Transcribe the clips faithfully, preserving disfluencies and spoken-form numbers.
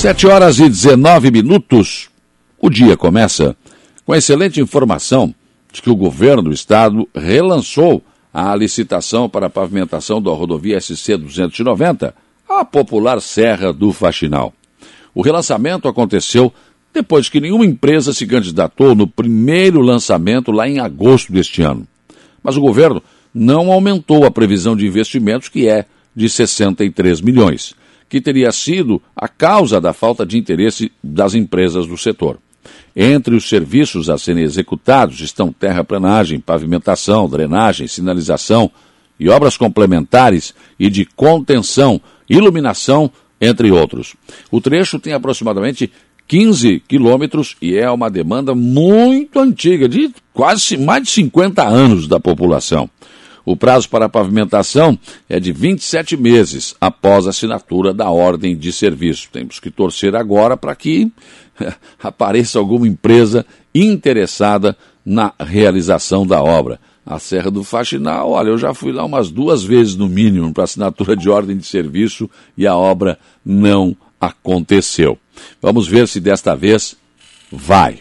Sete horas e dezenove minutos. O dia começa com a excelente informação de que o governo do estado relançou a licitação para a pavimentação da rodovia S C duzentos e noventa, a popular Serra do Faxinal. O relançamento aconteceu depois que nenhuma empresa se candidatou no primeiro lançamento lá em agosto deste ano. Mas o governo não aumentou a previsão de investimentos, que é de sessenta e três milhões, que teria sido a causa da falta de interesse das empresas do setor. Entre os serviços a serem executados estão terraplanagem, pavimentação, drenagem, sinalização e obras complementares e de contenção, iluminação, entre outros. O trecho tem aproximadamente quinze quilômetros e é uma demanda muito antiga, de quase mais de cinquenta anos da população. O prazo para a pavimentação é de vinte e sete meses após a assinatura da ordem de serviço. Temos que torcer agora para que apareça alguma empresa interessada na realização da obra. A Serra do Faxinal, olha, eu já fui lá umas duas vezes no mínimo para assinatura de ordem de serviço e a obra não aconteceu. Vamos ver se desta vez vai.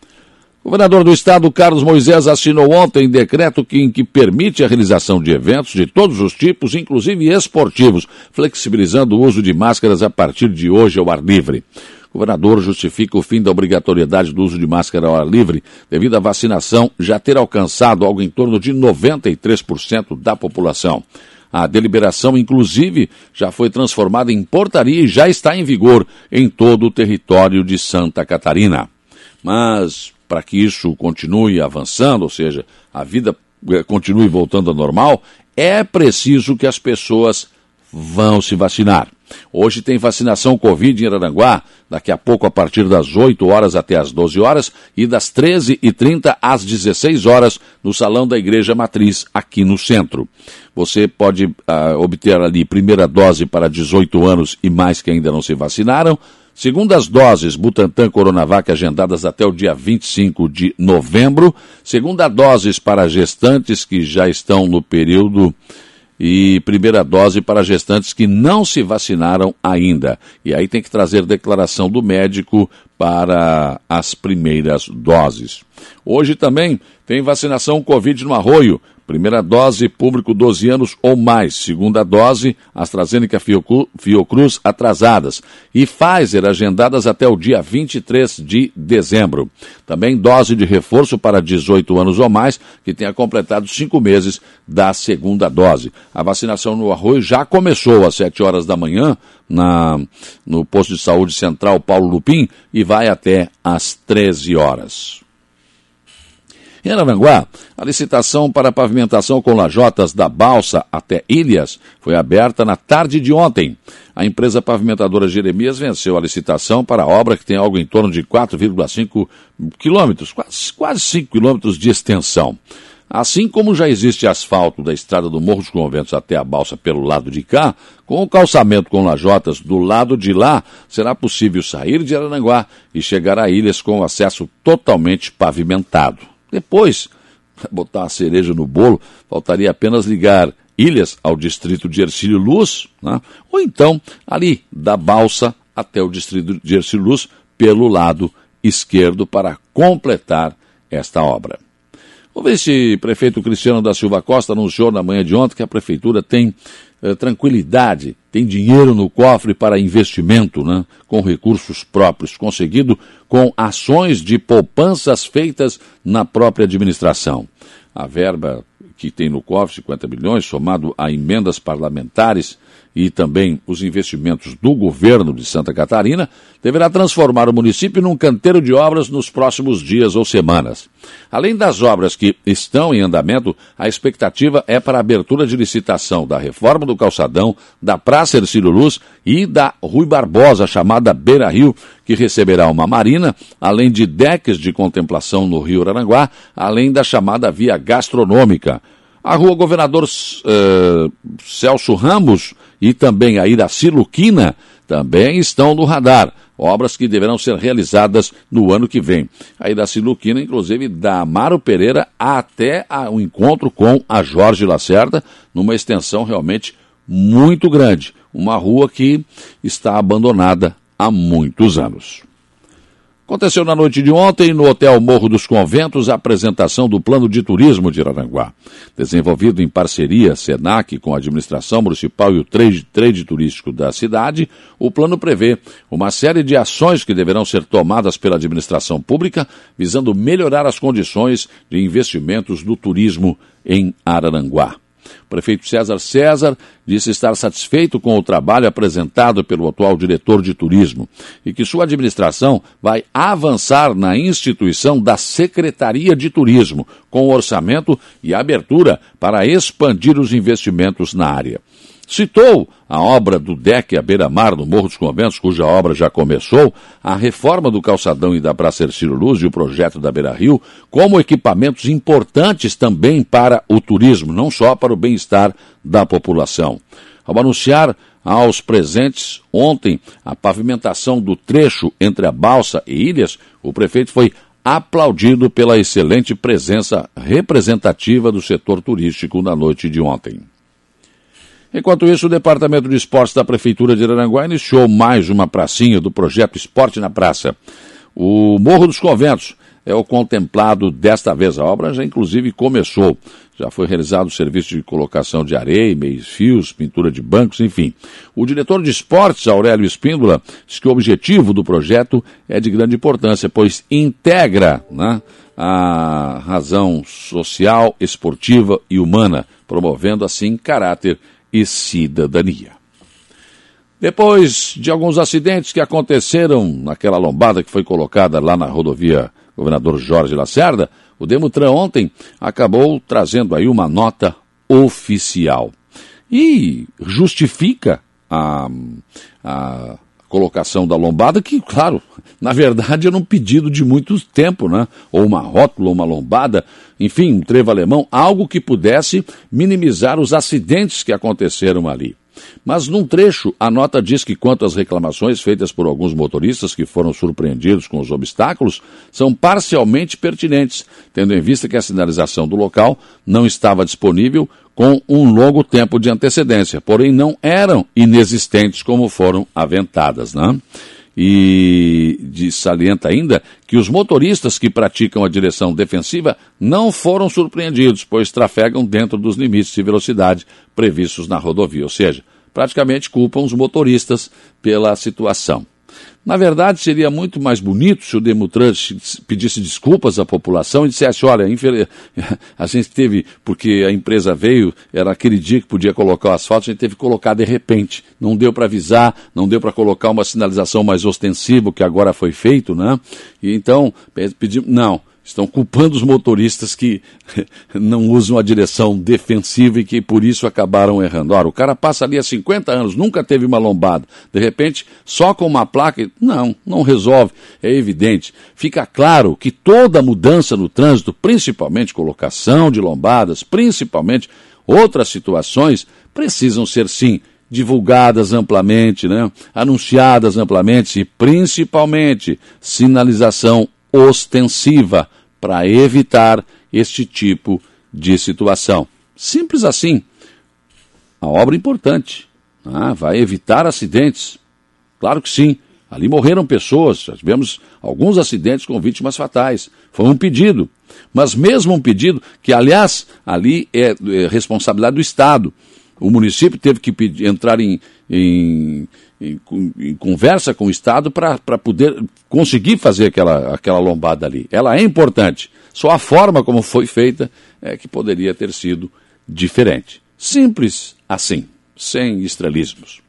O governador do estado, Carlos Moisés, assinou ontem decreto que, em que permite a realização de eventos de todos os tipos, inclusive esportivos, flexibilizando o uso de máscaras a partir de hoje ao ar livre. O governador justifica o fim da obrigatoriedade do uso de máscara ao ar livre devido à vacinação já ter alcançado algo em torno de noventa e três por cento da população. A deliberação, inclusive, já foi transformada em portaria e já está em vigor em todo o território de Santa Catarina. Mas, para que isso continue avançando, ou seja, a vida continue voltando ao normal, é preciso que as pessoas vão se vacinar. Hoje tem vacinação Covid em Araranguá, daqui a pouco a partir das oito horas até as doze horas e das treze e trinta às dezesseis horas no Salão da Igreja Matriz, aqui no centro. Você pode uh, obter ali primeira dose para dezoito anos e mais que ainda não se vacinaram, segundas doses Butantan Coronavac agendadas até o dia vinte e cinco de novembro, segunda doses para gestantes que já estão no período e primeira dose para gestantes que não se vacinaram ainda. E aí tem que trazer declaração do médico para as primeiras doses. Hoje também tem vacinação Covid no Arroio. Primeira dose, público doze anos ou mais. Segunda dose, AstraZeneca Fiocruz atrasadas. E Pfizer agendadas até o dia vinte e três de dezembro. Também dose de reforço para dezoito anos ou mais, que tenha completado cinco meses da segunda dose. A vacinação no Arroio já começou às sete horas da manhã, na, no posto de saúde central Paulo Lupim, e vai até às treze horas. Em Araranguá, a licitação para a pavimentação com lajotas da Balsa até Ilhas foi aberta na tarde de ontem. A empresa pavimentadora Jeremias venceu a licitação para a obra que tem algo em torno de quatro vírgula cinco quilômetros, quase, quase cinco quilômetros de extensão. Assim como já existe asfalto da estrada do Morro dos Conventos até a Balsa pelo lado de cá, com o calçamento com lajotas do lado de lá, será possível sair de Araranguá e chegar a Ilhas com acesso totalmente pavimentado. Depois, botar uma cereja no bolo, faltaria apenas ligar Ilhas ao distrito de Hercílio Luz, né? Ou então ali da Balsa até o distrito de Hercílio Luz pelo lado esquerdo para completar esta obra. O vice-prefeito Cristiano da Silva Costa anunciou na manhã de ontem que a prefeitura tem eh, tranquilidade, tem dinheiro no cofre para investimento, né, com recursos próprios, conseguido com ações de poupanças feitas na própria administração. A verba que tem no cofre, cinquenta milhões, somado a emendas parlamentares e também os investimentos do governo de Santa Catarina, deverá transformar o município num canteiro de obras nos próximos dias ou semanas. Além das obras que estão em andamento, a expectativa é para a abertura de licitação da reforma do calçadão, da Praça Hercílio Luz e da Rui Barbosa, chamada Beira Rio, que receberá uma marina, além de decks de contemplação no Rio Araranguá, além da chamada via gastronômica. A Rua Governador uh, Celso Ramos e também a Iraci Luquina também estão no radar. Obras que deverão ser realizadas no ano que vem. A Iraci Luquina, inclusive, da Amaro Pereira até o encontro com a Jorge Lacerda, numa extensão realmente muito grande. Uma rua que está abandonada há muitos anos. Aconteceu na noite de ontem, no Hotel Morro dos Conventos, a apresentação do Plano de Turismo de Araranguá. Desenvolvido em parceria SENAC com a Administração Municipal e o Trade, trade Turístico da cidade, o plano prevê uma série de ações que deverão ser tomadas pela administração pública, visando melhorar as condições de investimentos do turismo em Araranguá. O prefeito César César disse estar satisfeito com o trabalho apresentado pelo atual diretor de turismo e que sua administração vai avançar na instituição da Secretaria de Turismo, com orçamento e abertura para expandir os investimentos na área. Citou a obra do deck à beira-mar no Morro dos Conventos, cuja obra já começou, a reforma do calçadão e da Praça Hercílio Luz e o projeto da Beira Rio, como equipamentos importantes também para o turismo, não só para o bem-estar da população. Ao anunciar aos presentes ontem a pavimentação do trecho entre a Balsa e Ilhas, o prefeito foi aplaudido pela excelente presença representativa do setor turístico na noite de ontem. Enquanto isso, o Departamento de Esportes da Prefeitura de Araranguá iniciou mais uma pracinha do projeto Esporte na Praça. O Morro dos Conventos é o contemplado desta vez. A obra já inclusive começou. Já foi realizado o serviço de colocação de areia, meios fios, pintura de bancos, enfim. O diretor de esportes, Aurélio Espíndola, diz que o objetivo do projeto é de grande importância, pois integra, né, a razão social, esportiva e humana, promovendo assim caráter e cidadania. Depois de alguns acidentes que aconteceram naquela lombada que foi colocada lá na rodovia Governador Jorge Lacerda, o Demutran ontem acabou trazendo aí uma nota oficial e justifica a, a colocação da lombada, que, claro, na verdade era um pedido de muito tempo, né? Ou uma rótula, ou uma lombada, enfim, um trevo alemão, algo que pudesse minimizar os acidentes que aconteceram ali. Mas num trecho, a nota diz que quanto às reclamações feitas por alguns motoristas que foram surpreendidos com os obstáculos, são parcialmente pertinentes, tendo em vista que a sinalização do local não estava disponível com um longo tempo de antecedência, porém não eram inexistentes como foram aventadas, né? E de, salienta ainda que os motoristas que praticam a direção defensiva não foram surpreendidos, pois trafegam dentro dos limites de velocidade previstos na rodovia, ou seja, praticamente culpam os motoristas pela situação. Na verdade, seria muito mais bonito se o Demutran pedisse desculpas à população e dissesse, olha, a gente teve, porque a empresa veio, era aquele dia que podia colocar o asfalto, a gente teve que colocar de repente. Não deu para avisar, não deu para colocar uma sinalização mais ostensiva, que agora foi feito, né? E então, pedimos, não. Estão culpando os motoristas que não usam a direção defensiva e que por isso acabaram errando. Ora, o cara passa ali há cinquenta anos, nunca teve uma lombada. De repente, só com uma placa, não, não resolve. É evidente. Fica claro que toda mudança no trânsito, principalmente colocação de lombadas, principalmente outras situações, precisam ser, sim, divulgadas amplamente, né? Anunciadas amplamente e, principalmente, sinalização ostensiva, para evitar este tipo de situação. Simples assim. A obra é importante. Ah, vai evitar acidentes. Claro que sim. Ali morreram pessoas. Já tivemos alguns acidentes com vítimas fatais. Foi um pedido. Mas mesmo um pedido que, aliás, ali é, é responsabilidade do Estado. O município teve que pedir, entrar em, em, em, em conversa com o Estado para poder conseguir fazer aquela, aquela lombada ali. Ela é importante. Só a forma como foi feita é que poderia ter sido diferente. Simples assim, sem estrelismos.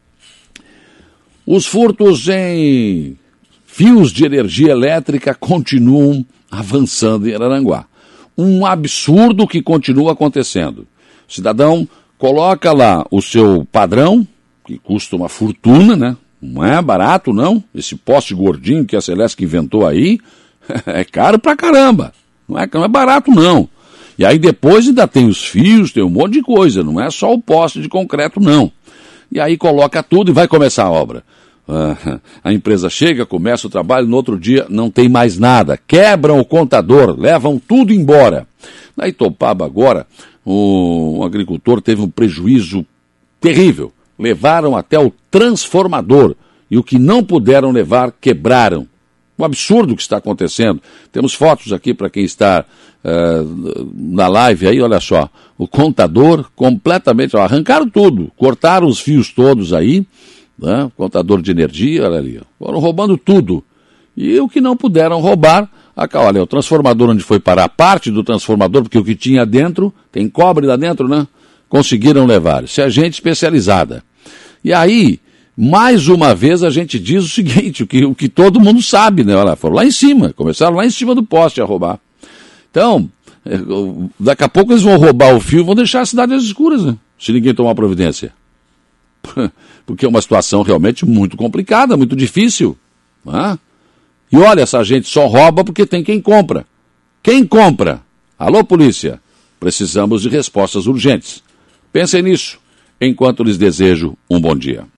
Os furtos em fios de energia elétrica continuam avançando em Araranguá. Um absurdo que continua acontecendo. O cidadão coloca lá o seu padrão, que custa uma fortuna, né? Não é barato, não. Esse poste gordinho que a Celeste inventou aí, é caro pra caramba. Não é, não é barato, não. E aí depois ainda tem os fios, tem um monte de coisa. Não é só o poste de concreto, não. E aí coloca tudo e vai começar a obra. Ah, a empresa chega, começa o trabalho, no outro dia não tem mais nada. Quebram o contador, levam tudo embora. Na Itopaba agora, um agricultor teve um prejuízo terrível. Levaram até o transformador e o que não puderam levar, quebraram. Um absurdo que está acontecendo. Temos fotos aqui para quem está uh, na live aí, olha só. O contador completamente, ó, arrancaram tudo, cortaram os fios todos aí, né? Contador de energia, olha ali, ó, foram roubando tudo. E o que não puderam roubar, olha, o transformador onde foi parar, parte do transformador, porque o que tinha dentro, tem cobre lá dentro, né? Conseguiram levar. Isso é gente especializada. E aí, mais uma vez a gente diz o seguinte, o que, o que todo mundo sabe, né? Olha, foram lá em cima, começaram lá em cima do poste a roubar. Então, daqui a pouco eles vão roubar o fio e vão deixar a cidade às escuras, né? Se ninguém tomar providência. Porque é uma situação realmente muito complicada, muito difícil. Né? E olha, essa gente só rouba porque tem quem compra. Quem compra? Alô, polícia? Precisamos de respostas urgentes. Pensem nisso, enquanto lhes desejo um bom dia.